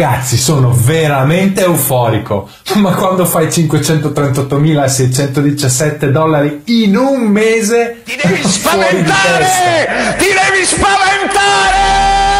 Ragazzi, sono veramente euforico, ma quando fai $538.617 in un mese ti devi spaventare! Ti devi spaventare!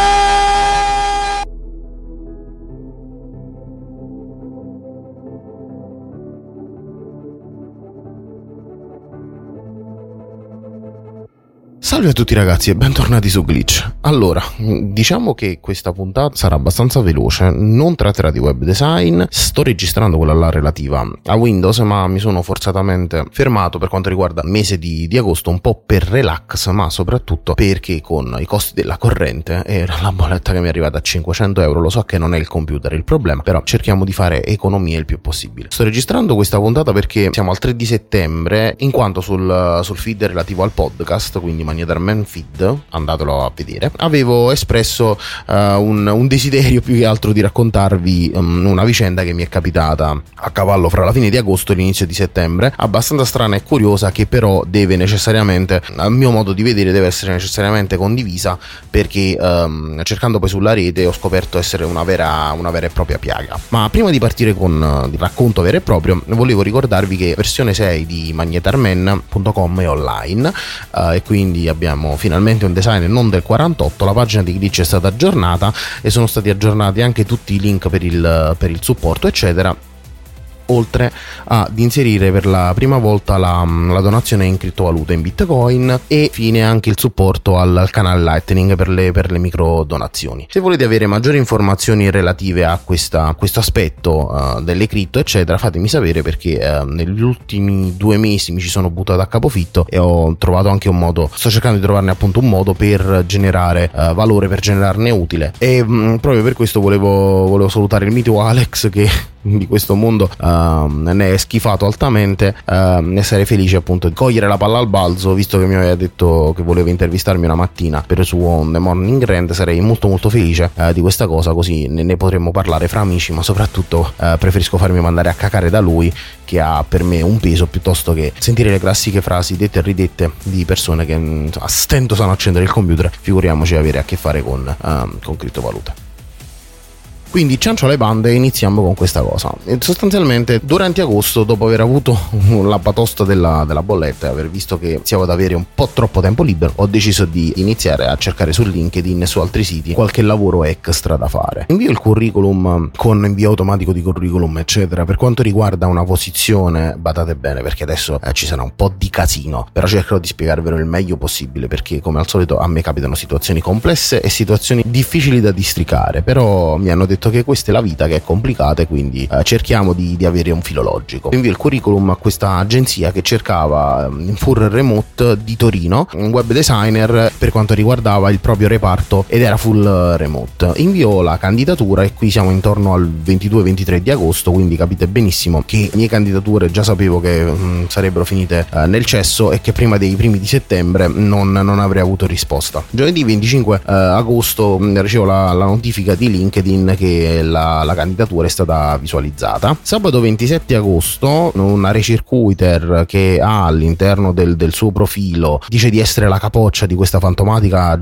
Salve a tutti ragazzi e bentornati su Glitch. Allora, diciamo che questa puntata sarà abbastanza veloce, non tratterà di web design, sto registrando quella là relativa a Windows, ma mi sono forzatamente fermato per quanto riguarda il mese di agosto, un po' per relax, ma soprattutto perché con i costi della corrente e la bolletta che mi è arrivata a €500, lo so che non è il computer il problema, però cerchiamo di fare economia il più possibile. Sto registrando questa puntata perché siamo al 3 di settembre, in quanto sul feed relativo al podcast, quindi Magnetarman Feed, andatelo a vedere, avevo espresso un desiderio più che altro di raccontarvi una vicenda che mi è capitata a cavallo fra la fine di agosto e l'inizio di settembre, abbastanza strana e curiosa, che però deve necessariamente, a mio modo di vedere, deve essere necessariamente condivisa, perché cercando poi sulla rete ho scoperto essere una vera e propria piaga. Ma prima di partire con il racconto vero e proprio, volevo ricordarvi che versione 6 di magnetarman.com è online, e quindi abbiamo finalmente un design non del 48, la pagina di Glitch è stata aggiornata e sono stati aggiornati anche tutti i link per il supporto eccetera, oltre ad inserire per la prima volta la donazione in criptovaluta, in bitcoin, e fine anche il supporto al canale Lightning per le micro donazioni. Se volete avere maggiori informazioni relative a questo aspetto delle cripto eccetera, fatemi sapere, perché negli ultimi 2 mesi mi ci sono buttato a capofitto e ho trovato anche un modo, sto cercando di trovarne appunto un modo per generare valore, per generarne utile, e proprio per questo volevo salutare il mitico Alex, che di questo mondo ne è schifato altamente, e sarei felice appunto di cogliere la palla al balzo, visto che mi aveva detto che voleva intervistarmi una mattina per il suo The Morning Rant. Sarei molto molto felice di questa cosa, così ne potremmo parlare fra amici, ma soprattutto preferisco farmi mandare a cacare da lui, che ha per me un peso, piuttosto che sentire le classiche frasi dette e ridette di persone che a stento sanno accendere il computer, figuriamoci avere a che fare con criptovalute. Quindi ciancio alle bande e iniziamo con questa cosa. E sostanzialmente durante agosto, dopo aver avuto la batosta della bolletta e aver visto che iniziavo ad avere un po' troppo tempo libero, ho deciso di iniziare a cercare su LinkedIn e su altri siti qualche lavoro extra da fare. Invio il curriculum con invio automatico di curriculum eccetera. Per quanto riguarda una posizione, badate bene perché adesso ci sarà un po' di casino, però cercherò di spiegarvelo il meglio possibile, perché come al solito a me capitano situazioni complesse e situazioni difficili da districare, però mi hanno detto che questa è la vita, che è complicata, e quindi cerchiamo di avere un filo logico. Invio il curriculum a questa agenzia che cercava in full remote di Torino un web designer per quanto riguardava il proprio reparto ed era full remote. Invio la candidatura e qui siamo intorno al 22-23 di agosto, quindi capite benissimo che le mie candidature già sapevo che sarebbero finite nel cesso e che prima dei primi di settembre non avrei avuto risposta. Giovedì 25 agosto ricevo la notifica di LinkedIn che la candidatura è stata visualizzata. Sabato 27 agosto una recircuiter che ha all'interno del suo profilo dice di essere la capoccia di questa fantomatica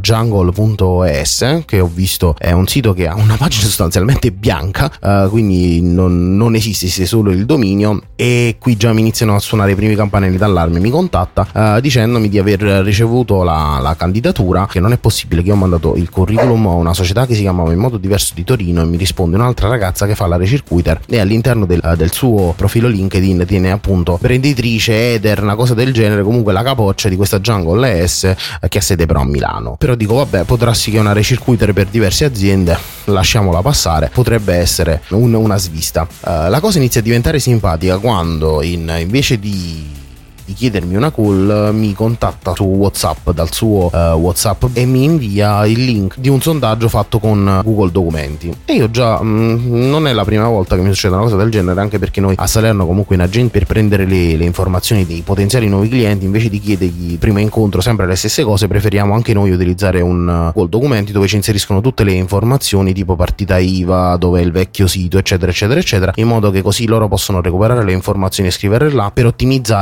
jungle.es, che ho visto è un sito che ha una pagina sostanzialmente bianca, quindi non esiste solo il dominio, e qui già mi iniziano a suonare i primi campanelli d'allarme. Mi contatta dicendomi di aver ricevuto la candidatura, che non è possibile, che io ho mandato il curriculum a una società che si chiamava in modo diverso di Torino, e mi risponde un'altra ragazza che fa la recircuiter e all'interno del suo profilo LinkedIn tiene appunto prenditrice, Eder, una cosa del genere, comunque la capoccia di questa Jungle S, che ha sede però a Milano. Però dico vabbè, può darsi che è una recircuiter per diverse aziende, lasciamola passare, potrebbe essere una svista. La cosa inizia a diventare simpatica quando invece di chiedermi una call mi contatta su WhatsApp, dal suo WhatsApp, e mi invia il link di un sondaggio fatto con Google Documenti. E io già non è la prima volta che mi succede una cosa del genere, anche perché noi a Salerno comunque in agente, per prendere le informazioni dei potenziali nuovi clienti, invece di chiedergli prima incontro sempre le stesse cose, preferiamo anche noi utilizzare un Google Documenti dove ci inseriscono tutte le informazioni tipo partita IVA, dove è il vecchio sito eccetera eccetera eccetera, in modo che così loro possono recuperare le informazioni e scriverle là per ottimizzare i tempi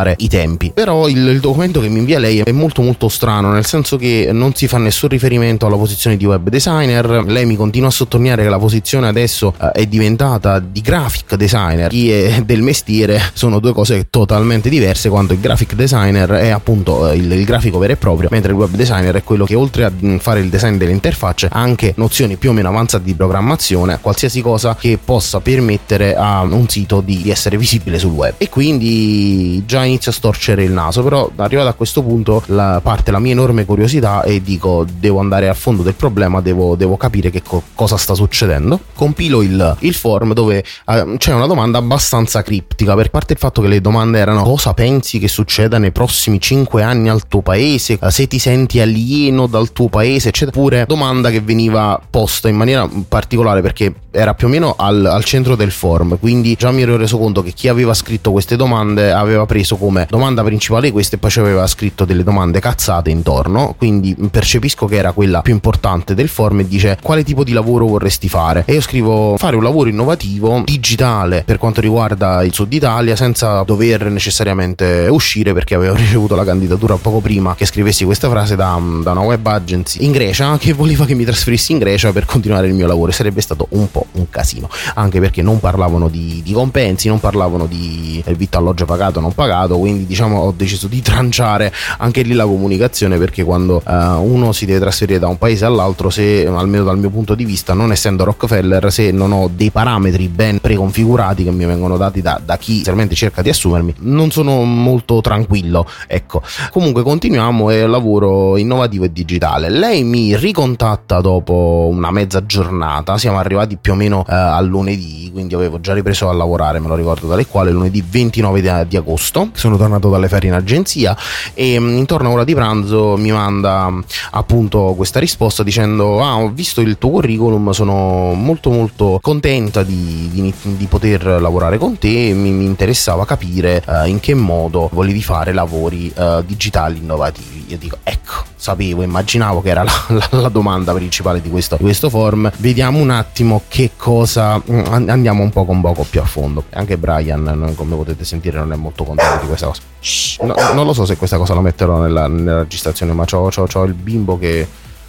tempi. Però il documento che mi invia lei è molto molto strano, nel senso che non si fa nessun riferimento alla posizione di web designer. Lei mi continua a sottolineare che la posizione adesso è diventata di graphic designer. Chi è del mestiere sono due cose totalmente diverse, quando il graphic designer è appunto il grafico vero e proprio, mentre il web designer è quello che oltre a fare il design delle interfacce ha anche nozioni più o meno avanzate di programmazione, qualsiasi cosa che possa permettere a un sito di essere visibile sul web. E quindi già inizio a storcere il naso, però arrivato a questo punto parte la mia enorme curiosità e dico devo andare a fondo del problema, devo capire che cosa sta succedendo. Compilo il form dove c'è una domanda abbastanza criptica, per parte il fatto che le domande erano: cosa pensi che succeda nei prossimi 5 anni al tuo paese, se ti senti alieno dal tuo paese, eccetera. Pure domanda che veniva posta in maniera particolare perché era più o meno al centro del forum, quindi già mi ero reso conto che chi aveva scritto queste domande aveva preso come domanda principale queste e poi ci aveva scritto delle domande cazzate intorno, quindi percepisco che era quella più importante del forum. E dice: quale tipo di lavoro vorresti fare? E io scrivo: fare un lavoro innovativo digitale per quanto riguarda il Sud Italia, senza dover necessariamente uscire, perché avevo ricevuto la candidatura poco prima che scrivessi questa frase da una web agency in Grecia che voleva che mi trasferissi in Grecia per continuare il mio lavoro, e sarebbe stato un po' un casino, anche perché non parlavano di compensi, non parlavano di vitto, alloggio pagato non pagato, quindi diciamo ho deciso di tranciare anche lì la comunicazione, perché quando uno si deve trasferire da un paese all'altro, se almeno dal mio punto di vista, non essendo Rockefeller, se non ho dei parametri ben preconfigurati che mi vengono dati da chi inizialmente cerca di assumermi, non sono molto tranquillo, ecco. Comunque continuiamo, e lavoro innovativo e digitale. Lei mi ricontatta dopo una mezza giornata, siamo arrivati più o meno al lunedì, quindi avevo già ripreso a lavorare, me lo ricordo tale quale, lunedì 29 di agosto, sono tornato dalle ferie in agenzia e intorno a ora di pranzo mi manda appunto questa risposta dicendo: ho visto il tuo curriculum, sono molto molto contenta di poter lavorare con te, mi interessava capire in che modo volevi fare lavori digitali innovativi. Io dico: ecco, sapevo, immaginavo che era la domanda principale di questo forum. Vediamo un attimo che cosa, andiamo un poco più a fondo. Anche Brian, come potete sentire, non è molto contento di questa cosa. Non lo so se questa cosa la metterò nella registrazione, ma c'ho il bimbo che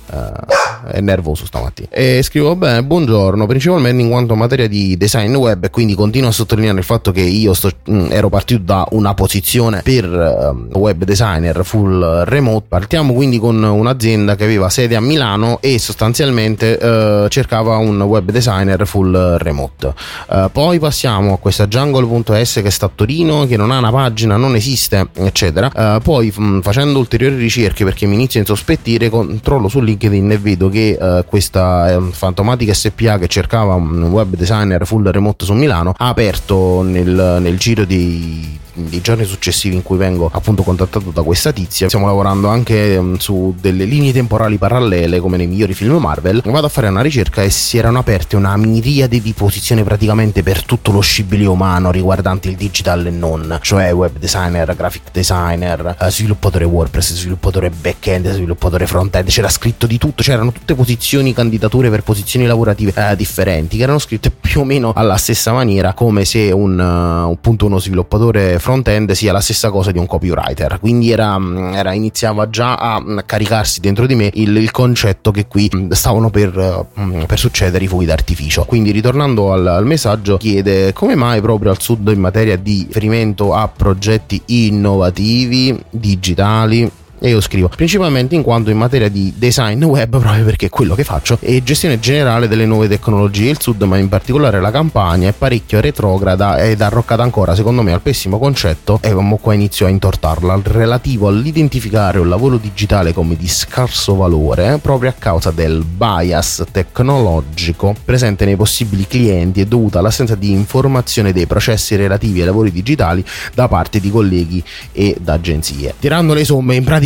è nervoso stamattina. E scrivo: beh, buongiorno, principalmente in quanto materia di design web, e quindi continuo a sottolineare il fatto che io ero partito da una posizione per web designer full remote. Partiamo quindi con un'azienda che aveva sede a Milano e sostanzialmente cercava un web designer full remote. Poi passiamo a questa Jungle.es che sta a Torino, che non ha una pagina, non esiste, eccetera. Poi facendo ulteriori ricerche, perché mi inizio a insospettire, controllo su LinkedIn e vedo che questa Fantomatica SPA, che cercava un web designer full remote su Milano, ha aperto nel giro dei giorni successivi in cui vengo appunto contattato da questa tizia. Stiamo lavorando anche su delle linee temporali parallele come nei migliori film Marvel. Vado a fare una ricerca e si erano aperte una miriade di posizioni praticamente per tutto lo scibile umano riguardante il digital e non, cioè web designer, graphic designer, sviluppatore WordPress, sviluppatore back-end, sviluppatore front-end, c'era scritto di tutto, c'erano tutte posizioni, candidature per posizioni lavorative differenti, che erano scritte più o meno alla stessa maniera, come se uno sviluppatore front-end sia la stessa cosa di un copywriter. Quindi iniziava già a caricarsi dentro di me il concetto che qui stavano per succedere i fuochi d'artificio. Quindi, ritornando al messaggio, chiede: come mai proprio al sud in materia di riferimento a progetti innovativi digitali? E io scrivo: principalmente in quanto in materia di design web, proprio perché è quello che faccio, e gestione generale delle nuove tecnologie, il sud, ma in particolare la Campania, è parecchio retrograda ed arroccata ancora, secondo me, al pessimo concetto, e qua inizio a intortarla, relativo all'identificare un lavoro digitale come di scarso valore proprio a causa del bias tecnologico presente nei possibili clienti e dovuta all'assenza di informazione dei processi relativi ai lavori digitali da parte di colleghi e da agenzie. Tirando le somme, in pratica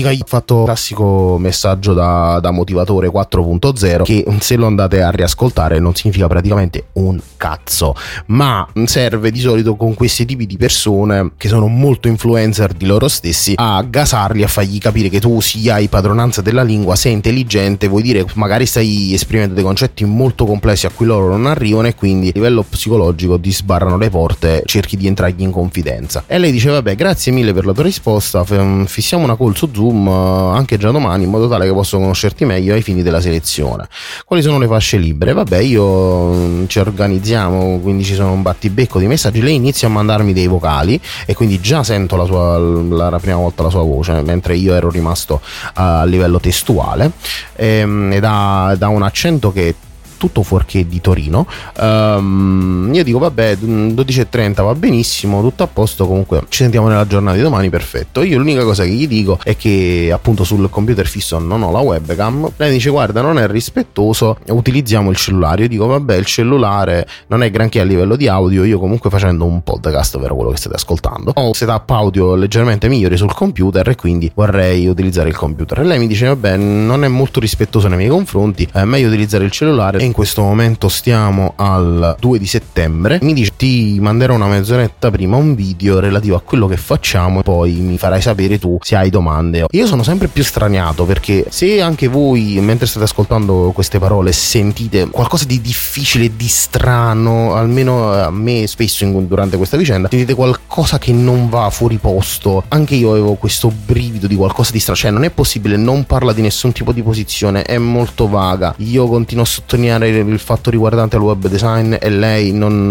pratica io ho fatto il classico messaggio da motivatore 4.0 che se lo andate a riascoltare non significa praticamente un cazzo, ma serve di solito con questi tipi di persone che sono molto influencer di loro stessi a gasarli, a fargli capire che tu sia hai padronanza della lingua, sei intelligente, vuol dire magari stai esprimendo dei concetti molto complessi a cui loro non arrivano e quindi a livello psicologico ti sbarrano le porte, cerchi di entrargli in confidenza. E lei dice vabbè, grazie mille per la tua risposta, fissiamo una call su Zoom anche già domani in modo tale che posso conoscerti meglio ai fini della selezione. Quali sono le fasce libere? Vabbè, io ci organizziamo, quindi ci sono un battibecco di messaggi, lei inizia a mandarmi dei vocali e quindi già sento la prima volta la sua voce, mentre io ero rimasto a livello testuale, e da un accento che è tutto fuorché di Torino. Io dico vabbè, 12:30 va benissimo, tutto a posto, comunque ci sentiamo nella giornata di domani, perfetto. Io l'unica cosa che gli dico è che appunto sul computer fisso non ho la webcam. Lei dice guarda, non è rispettoso, utilizziamo il cellulare. Io dico vabbè, il cellulare non è granché a livello di audio, io comunque facendo un podcast, ovvero quello che state ascoltando, ho setup audio leggermente migliori sul computer e quindi vorrei utilizzare il computer. E lei mi dice vabbè, non è molto rispettoso nei miei confronti, è meglio utilizzare il cellulare. E in questo momento stiamo al 2 di settembre. Mi dice ti manderò una mezz'oretta prima un video relativo a quello che facciamo e poi mi farai sapere tu se hai domande. Io sono sempre più straniato perché se anche voi mentre state ascoltando queste parole sentite qualcosa di difficile, di strano, almeno a me spesso durante questa vicenda sentite qualcosa che non va fuori posto, anche io avevo questo brivido di qualcosa di strano, cioè non è possibile, non parla di nessun tipo di posizione, è molto vaga. Io continuo a sottolineare il fatto riguardante al web design e lei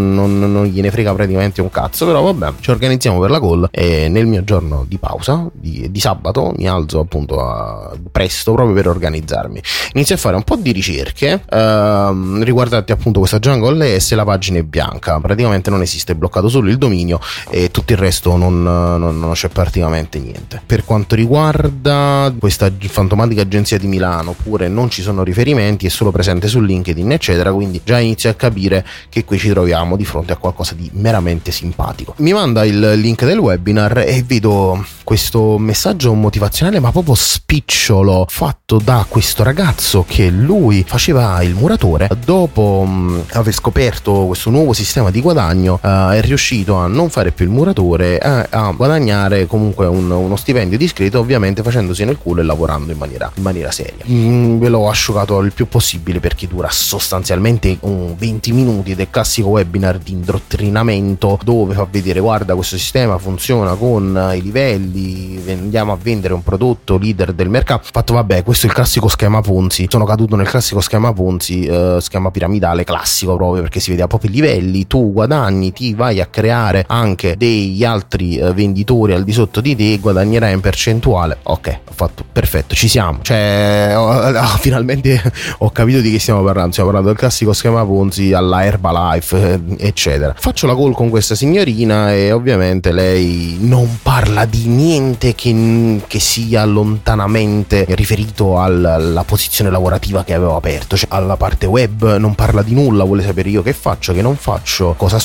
non gliene frega praticamente un cazzo, però vabbè, ci organizziamo per la call e nel mio giorno di pausa di sabato mi alzo appunto presto proprio per organizzarmi, inizio a fare un po' di ricerche riguardanti appunto questa Django LS. La pagina è bianca, praticamente non esiste, è bloccato solo il dominio e tutto il resto non c'è praticamente niente. Per quanto riguarda questa fantomatica agenzia di Milano pure non ci sono riferimenti, è solo presente sul LinkedIn eccetera, quindi già inizio a capire che qui ci troviamo di fronte a qualcosa di meramente simpatico. Mi manda il link del webinar e vedo questo messaggio motivazionale ma proprio spicciolo fatto da questo ragazzo che lui faceva il muratore, dopo aver scoperto questo nuovo sistema di guadagno è riuscito a non fare più il muratore, a guadagnare comunque uno stipendio discreto, ovviamente facendosi nel culo e lavorando in maniera seria. Ve l'ho asciugato il più possibile perché dura sostanzialmente 20 minuti del classico webinar di indottrinamento dove fa vedere guarda questo sistema funziona con i livelli, andiamo a vendere un prodotto leader del mercato. Fatto vabbè, questo è il classico schema Ponzi, sono caduto nel classico schema Ponzi, schema piramidale classico proprio perché si vede proprio i livelli, tu guadagni, ti vai a creare anche degli altri venditori al di sotto di te, guadagnerai in percentuale. Ok, ho fatto perfetto, ci siamo, cioè finalmente ho capito di che stiamo parlando del classico schema Ponzi alla Herbalife eccetera. Faccio la call con questa signorina e ovviamente lei non parla di niente che sia lontanamente riferito alla posizione lavorativa che avevo aperto, cioè alla parte web non parla di nulla, vuole sapere io che faccio, che non faccio, cosa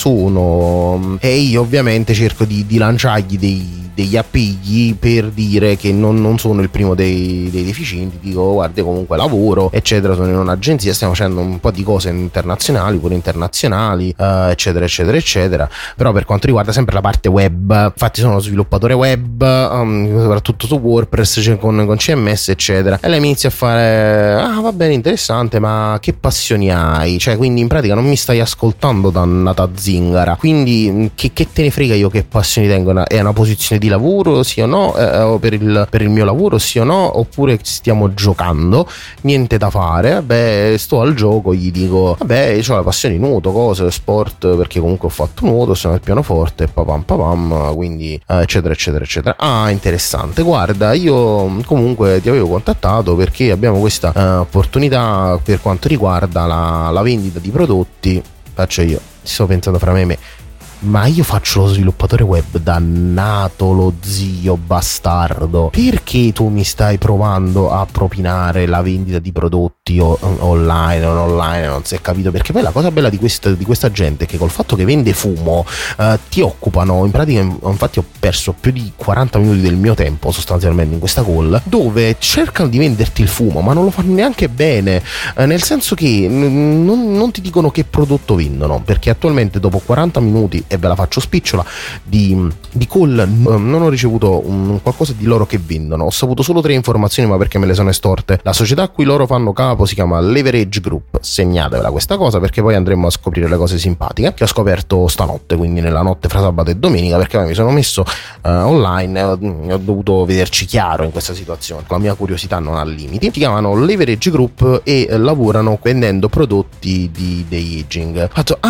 sono, e io ovviamente cerco di lanciargli degli appigli per dire che non sono il primo dei deficienti, dico guarda comunque lavoro eccetera, sono in un'agenzia, stiamo facendo un po' di cose internazionali, pure internazionali eccetera eccetera eccetera, però per quanto riguarda sempre la parte web, infatti sono sviluppatore web soprattutto su WordPress con CMS eccetera. E lei mi inizia a fare va bene, interessante, ma che passioni hai, cioè quindi in pratica non mi stai ascoltando, dannata zingara, quindi che te ne frega io che passioni tengo, è una posizione di lavoro sì o no, o per il mio lavoro sì o no, oppure stiamo giocando, niente da fare, vabbè sto al gioco, gli dico vabbè ho la passione di nuoto, cose, sport, perché comunque ho fatto nuoto, sono al pianoforte, papam, quindi eccetera eccetera eccetera. Interessante, guarda io comunque ti avevo contattato perché abbiamo questa opportunità per quanto riguarda la vendita di prodotti. Faccio io, sto pensando fra me ma io faccio lo sviluppatore web dannato, lo zio bastardo, perché tu mi stai provando a propinare la vendita di prodotti online o non online? Non si è capito, perché poi la cosa bella di questa gente è che col fatto che vende fumo ti occupano, in pratica infatti ho perso più di 40 minuti del mio tempo sostanzialmente in questa call, dove cercano di venderti il fumo ma non lo fanno neanche bene, nel senso che non ti dicono che prodotto vendono, perché attualmente dopo 40 minuti, e ve la faccio spicciola, di call non ho ricevuto qualcosa di loro che vendono. Ho saputo solo 3 informazioni, ma perché me le sono estorte. La società a cui loro fanno capo si chiama Leverage Group, segnatevela questa cosa perché poi andremo a scoprire le cose simpatiche che ho scoperto stanotte, quindi nella notte fra sabato e domenica, perché mi sono messo online e ho dovuto vederci chiaro in questa situazione. La mia curiosità non ha limiti. Si chiamano Leverage Group e lavorano vendendo prodotti di aging. Ho fatto,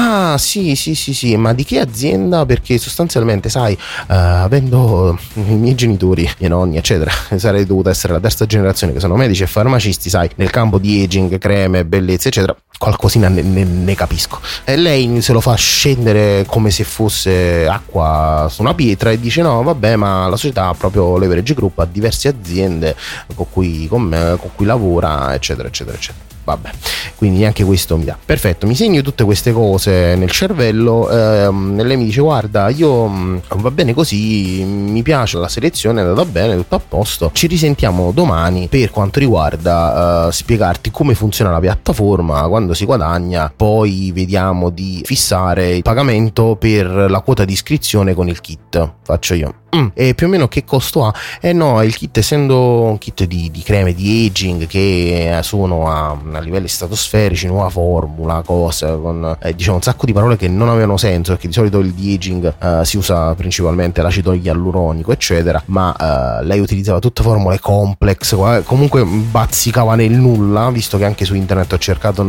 sì, ma di che azienda? Perché sostanzialmente, sai, avendo i miei genitori, i miei nonni eccetera, sarei dovuta essere la terza generazione che sono medici e farmacisti, sai, nel campo di aging, creme, bellezza eccetera, qualcosina ne capisco. E lei se lo fa scendere come se fosse acqua su una pietra e dice no vabbè, ma la società proprio Leverage Group ha diverse aziende con cui lavora eccetera eccetera eccetera. Vabbè, quindi neanche questo mi dà. Perfetto, mi segno tutte queste cose nel cervello e lei mi dice guarda, io va bene così, mi piace la selezione, è andata bene, tutto a posto, ci risentiamo domani per quanto riguarda spiegarti come funziona la piattaforma, quando si guadagna, poi vediamo di fissare il pagamento per la quota di iscrizione con il kit. Faccio io. E più o meno che costo ha? No, il kit, essendo un kit di creme di aging che sono a livelli stratosferici, nuova formula, cose con diciamo un sacco di parole che non avevano senso, perché di solito il di aging si usa principalmente l'acido ialuronico eccetera, ma lei utilizzava tutte formule complex, comunque bazzicava nel nulla, visto che anche su internet ho cercato,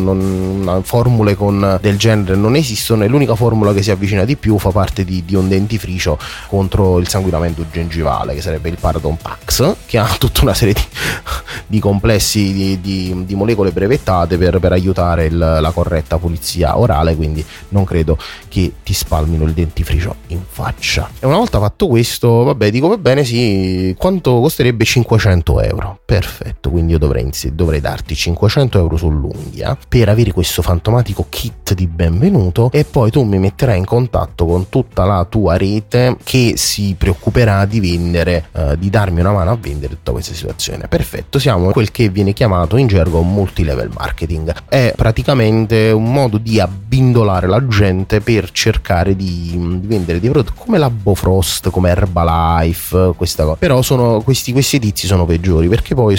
formule del genere non esistono, e l'unica formula che si avvicina di più fa parte di un dentifricio contro il sanguinamento gengivale, che sarebbe il Parodon Pax, che ha tutta una serie di complessi di molecole brevettate per aiutare la corretta pulizia orale, quindi non credo che ti spalmino il dentifricio in faccia. E una volta fatto questo, vabbè, dico va bene, sì, quanto costerebbe? 500 euro. Perfetto, quindi io dovrei darti 500 euro sull'unghia per avere questo fantomatico kit di benvenuto, e poi tu mi metterai in contatto con tutta la tua rete che si preoccuperà di vendere, di darmi una mano a vendere tutta questa situazione. Perfetto, siamo quel che viene chiamato in gergo multilevel marketing. È praticamente un modo di abbindolare la gente per cercare di vendere dei prodotti come la Bofrost, come Herbalife, questa cosa. Però questi tizi sono peggiori, perché poi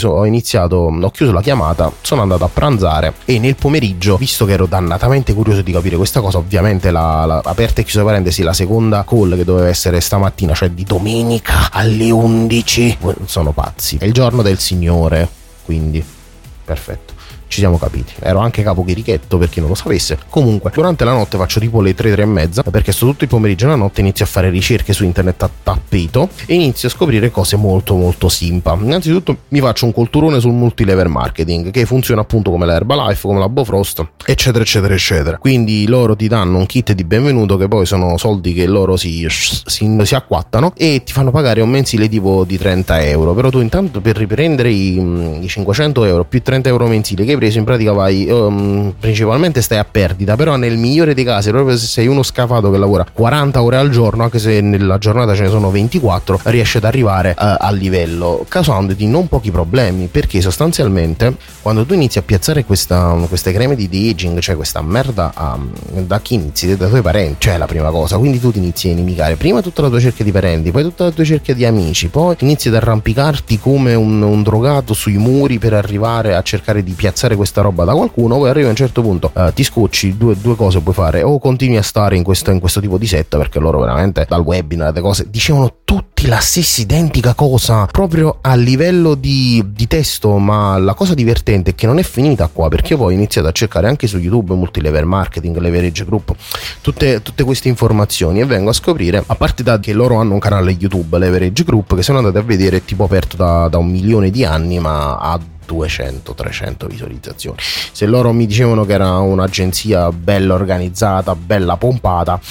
ho chiuso la chiamata, sono andato a pranzare e nel pomeriggio, visto che ero dannatamente curioso di capire questa cosa, ovviamente la aperta e chiusa parentesi, la seconda call che doveva essere stamattina, cioè di domenica alle 11, sono pazzi, è il giorno del Signore, quindi perfetto, ci siamo capiti. Ero anche capo chirichetto, per chi non lo sapesse. Comunque durante la notte faccio tipo le 3 e mezza, perché sto tutto il pomeriggio e la notte inizio a fare ricerche su internet a tappeto e inizio a scoprire cose molto molto simpa. Innanzitutto mi faccio un culturone sul multilevel marketing, che funziona appunto come la Herbalife, come la Bofrost eccetera eccetera eccetera. Quindi loro ti danno un kit di benvenuto, che poi sono soldi che loro si acquattano e ti fanno pagare un mensile tipo di 30 euro. Però tu intanto, per riprendere i 500 euro più 30 euro mensili che hai preso, in pratica vai principalmente stai a perdita. Però nel migliore dei casi, proprio se sei uno scafato che lavora 40 ore al giorno, anche se nella giornata ce ne sono 24, riesci ad arrivare al livello, causandoti non pochi problemi, perché sostanzialmente quando tu inizi a piazzare queste creme di de-aging, cioè questa merda, da chi inizi? Dai tuoi parenti, cioè la prima cosa. Quindi tu ti inizi a inimicare prima tutta la tua cerchia di parenti, poi tutta la tua cerchia di amici, poi inizi ad arrampicarti come un drogato sui muri per arrivare a cercare di piazzare questa roba da qualcuno. Poi arriva a un certo punto, ti scocci, due cose puoi fare: o continui a stare in questo tipo di setta, perché loro veramente dal webinar le cose dicevano tutti la stessa identica cosa, proprio a livello di testo. Ma la cosa divertente è che non è finita qua, perché poi ho iniziato a cercare anche su YouTube multilevel marketing, Leverage Group, tutte queste informazioni, e vengo a scoprire, a parte che loro hanno un canale YouTube, Leverage Group, che sono andati a vedere, è tipo aperto da 1 milione di anni, ma ha 200-300 visualizzazioni. Se loro mi dicevano che era un'agenzia bella organizzata, bella pompata,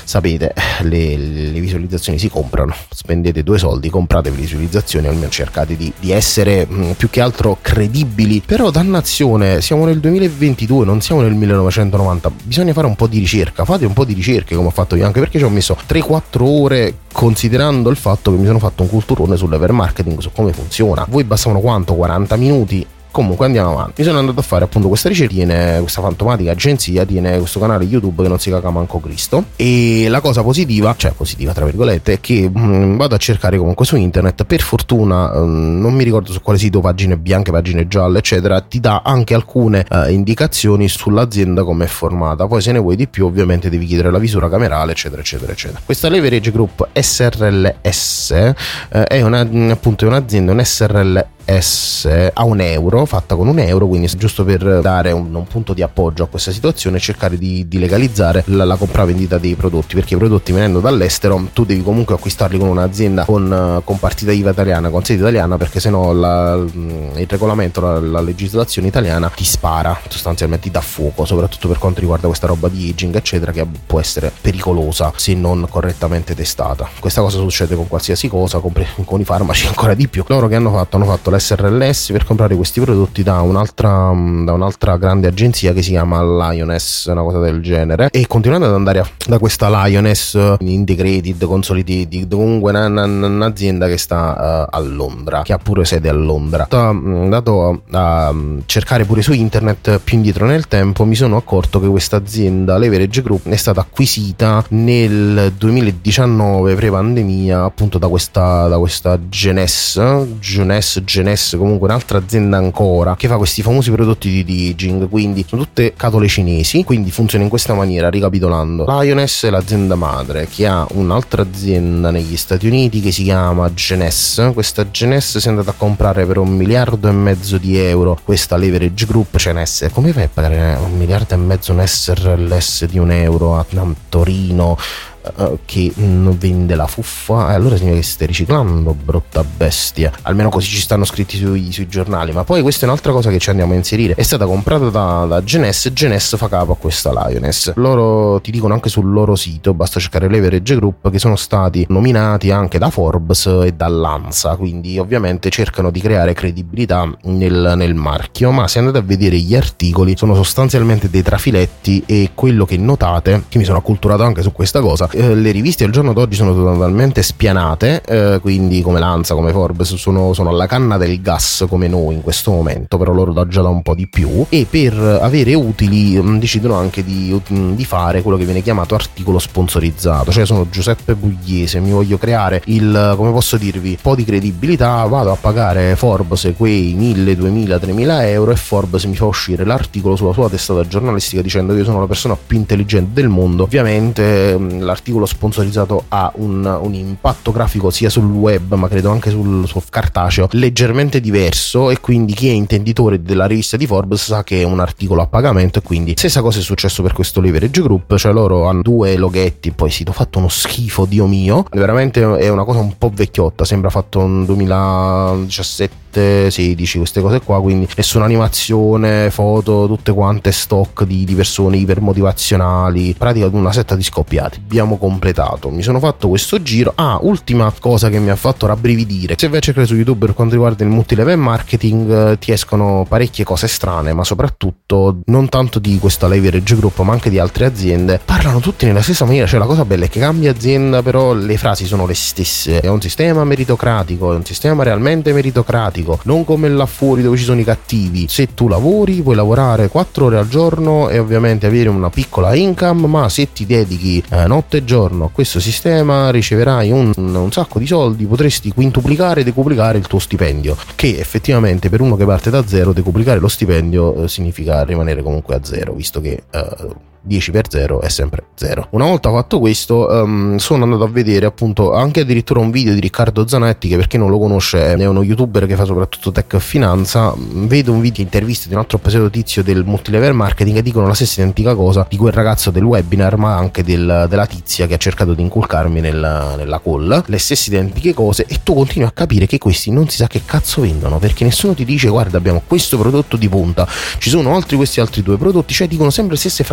sapete, le visualizzazioni si comprano, spendete 2 soldi, comprate le visualizzazioni, almeno cercate di essere più che altro credibili. Però dannazione, siamo nel 2022, non siamo nel 1990, bisogna fare un po' di ricerca, fate un po' di ricerche come ho fatto io, anche perché ci ho messo 3-4 ore considerando il fatto che mi sono fatto un culturone sull'ever marketing, su come funziona. Voi bastavano quanto? 40 minuti? Comunque andiamo avanti. Mi sono andato a fare appunto questa ricerca, tiene questa fantomatica agenzia, tiene questo canale YouTube che non si caga manco Cristo, e la cosa positiva, cioè positiva tra virgolette, è che vado a cercare comunque su internet, per fortuna non mi ricordo su quale sito, pagine bianche, pagine gialle eccetera, ti dà anche alcune indicazioni sull'azienda come è formata. Poi se ne vuoi di più ovviamente devi chiedere la visura camerale eccetera eccetera eccetera. Questa Leverage Group SRLS è un'azienda, un SRL a €1, fatta con €1, quindi giusto per dare un punto di appoggio a questa situazione e cercare di legalizzare la compravendita dei prodotti, perché i prodotti venendo dall'estero tu devi comunque acquistarli con un'azienda con partita IVA italiana, con sede italiana, perché sennò il regolamento, la legislazione italiana ti spara, sostanzialmente ti dà fuoco, soprattutto per quanto riguarda questa roba di aging eccetera, che può essere pericolosa se non correttamente testata. Questa cosa succede con qualsiasi cosa, con i farmaci ancora di più. Loro che hanno fatto SRLS per comprare questi prodotti da un'altra grande agenzia che si chiama Lioness, una cosa del genere, e continuando ad andare da questa Lioness, Integrated, Consolidated, comunque un'azienda che sta a Londra, che ha pure sede a Londra. Andato a cercare pure su internet più indietro nel tempo, mi sono accorto che questa azienda Leverage Group è stata acquisita nel 2019 pre-pandemia appunto da questa Genes, comunque un'altra azienda ancora che fa questi famosi prodotti di aging, quindi sono tutte catole cinesi, quindi funziona in questa maniera. Ricapitolando, Lioness è l'azienda madre che ha un'altra azienda negli Stati Uniti che si chiama Genes. Questa Genes si è andata a comprare per €1,5 miliardi di euro questa Leverage Group. Genes, come fai a pagare €1,5 miliardi un SRLS di €1 a Torino che non vende la fuffa? Allora significa che stai riciclando, brutta bestia. Almeno così ci stanno scritti sui giornali. Ma poi questa è un'altra cosa che ci andiamo a inserire: è stata comprata da Genes. Genes fa capo a questa Lioness. Loro ti dicono anche sul loro sito, basta cercare Leverage Group, che sono stati nominati anche da Forbes e dall'ANSA, quindi ovviamente cercano di creare credibilità nel marchio. Ma se andate a vedere gli articoli sono sostanzialmente dei trafiletti, e quello che notate, che mi sono acculturato anche su questa cosa, le riviste al giorno d'oggi sono totalmente spianate, quindi come l'ANSA, come Forbes sono alla canna del gas come noi in questo momento, però loro già da un po' di più, e per avere utili decidono anche di fare quello che viene chiamato articolo sponsorizzato. Cioè sono Giuseppe Pugliese, mi voglio creare come posso dirvi, un po' di credibilità, vado a pagare Forbes quei 1.000, 2.000, 3.000 euro, e Forbes mi fa uscire l'articolo sulla sua testata giornalistica dicendo che io sono la persona più intelligente del mondo. Ovviamente l'articolo sponsorizzato ha un impatto grafico sia sul web, ma credo anche sul cartaceo, leggermente diverso, e quindi chi è intenditore della rivista di Forbes sa che è un articolo a pagamento. E quindi stessa cosa è successo per questo Leverage Group, cioè loro hanno 2 loghetti, poi sito fatto uno schifo, Dio mio, veramente è una cosa un po' vecchiotta, sembra fatto un 2017 16, queste cose qua, quindi nessuna animazione, foto tutte quante stock di persone ipermotivazionali, pratica una setta di scoppiati. Abbiamo completato, mi sono fatto questo giro. Ultima cosa che mi ha fatto rabbrividire: se vai a cercare su YouTube per quanto riguarda il multilevel marketing ti escono parecchie cose strane, ma soprattutto non tanto di questa Leverage Group ma anche di altre aziende, parlano tutti nella stessa maniera. Cioè la cosa bella è che cambia azienda però le frasi sono le stesse: è un sistema meritocratico, è un sistema realmente meritocratico, non come là fuori dove ci sono i cattivi. Se tu lavori puoi lavorare 4 ore al giorno e ovviamente avere una piccola income, ma se ti dedichi notte e giorno a questo sistema riceverai un sacco di soldi, potresti quintuplicare e decuplicare il tuo stipendio. Che effettivamente per uno che parte da zero, decuplicare lo stipendio significa rimanere comunque a zero, visto che 10 per 0 è sempre 0. Una volta fatto questo sono andato a vedere appunto anche addirittura un video di Riccardo Zanetti, che per chi non lo conosce è uno youtuber che fa soprattutto tech e finanza. Vedo un video interviste di un altro pesato tizio del multilevel marketing e dicono la stessa identica cosa di quel ragazzo del webinar, ma anche della tizia che ha cercato di inculcarmi nella call, le stesse identiche cose, e tu continui a capire che questi non si sa che cazzo vendono, perché nessuno ti dice guarda abbiamo questo prodotto di punta, ci sono questi altri 2 prodotti, cioè dicono sempre le stesse frasi classiche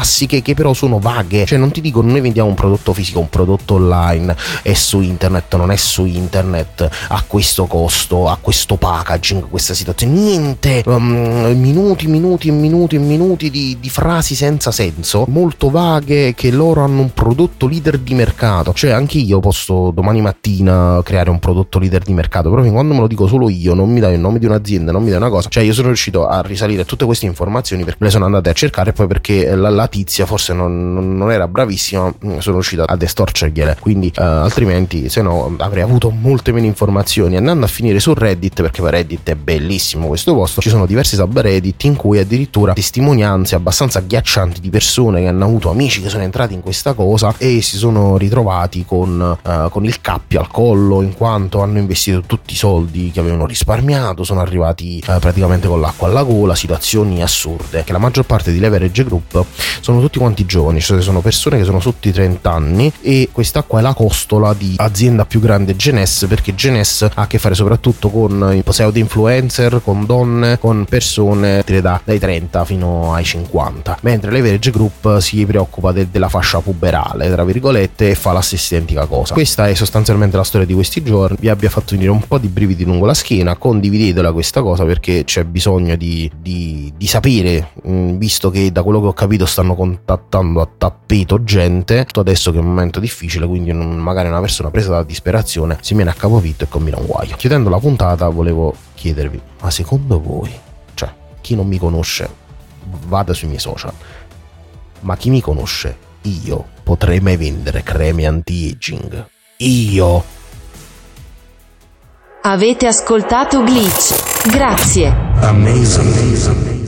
classiche che però sono vaghe, cioè non ti dicono noi vendiamo un prodotto fisico, un prodotto online, è su internet, non è su internet, a questo costo, a questo packaging, questa situazione, niente, minuti di frasi senza senso, molto vaghe, che loro hanno un prodotto leader di mercato. Cioè anche io posso domani mattina creare un prodotto leader di mercato, però quando me lo dico solo io, non mi dai il nome di un'azienda, non mi dai una cosa, cioè io sono riuscito a risalire tutte queste informazioni perché le sono andate a cercare, e poi perché la tizia forse non era bravissima, sono riuscito ad estorcergliele, quindi altrimenti se no avrei avuto molte meno informazioni. Andando a finire su Reddit, perché poi Reddit è bellissimo questo posto, ci sono diversi subreddit in cui addirittura testimonianze abbastanza agghiaccianti di persone che hanno avuto amici che sono entrati in questa cosa e si sono ritrovati con il cappio al collo, in quanto hanno investito tutti i soldi che avevano risparmiato, sono arrivati praticamente con l'acqua alla gola, situazioni assurde. Che la maggior parte di leverage group sono tutti quanti giovani, cioè sono persone che sono sotto i 30 anni, e questa qua è la costola di azienda più grande Genes, perché Genes ha a che fare soprattutto con i pseudo influencer, con donne, con persone dai 30 fino ai 50, mentre Leverage Group si preoccupa della fascia puberale, tra virgolette, e fa la stessa identica cosa. Questa è sostanzialmente la storia di questi giorni. Vi abbia fatto venire un po' di brividi lungo la schiena, condividetela questa cosa perché c'è bisogno di sapere, visto che da quello che ho capito stanno contattando a tappeto gente adesso che è un momento difficile, quindi magari una persona presa dalla disperazione si viene a capofitto e combina un guaio. Chiudendo la puntata volevo chiedervi, ma secondo voi, cioè chi non mi conosce vada sui miei social, ma chi mi conosce, io potrei mai vendere creme anti-aging? Io? Avete ascoltato Glitch, grazie. Amazing.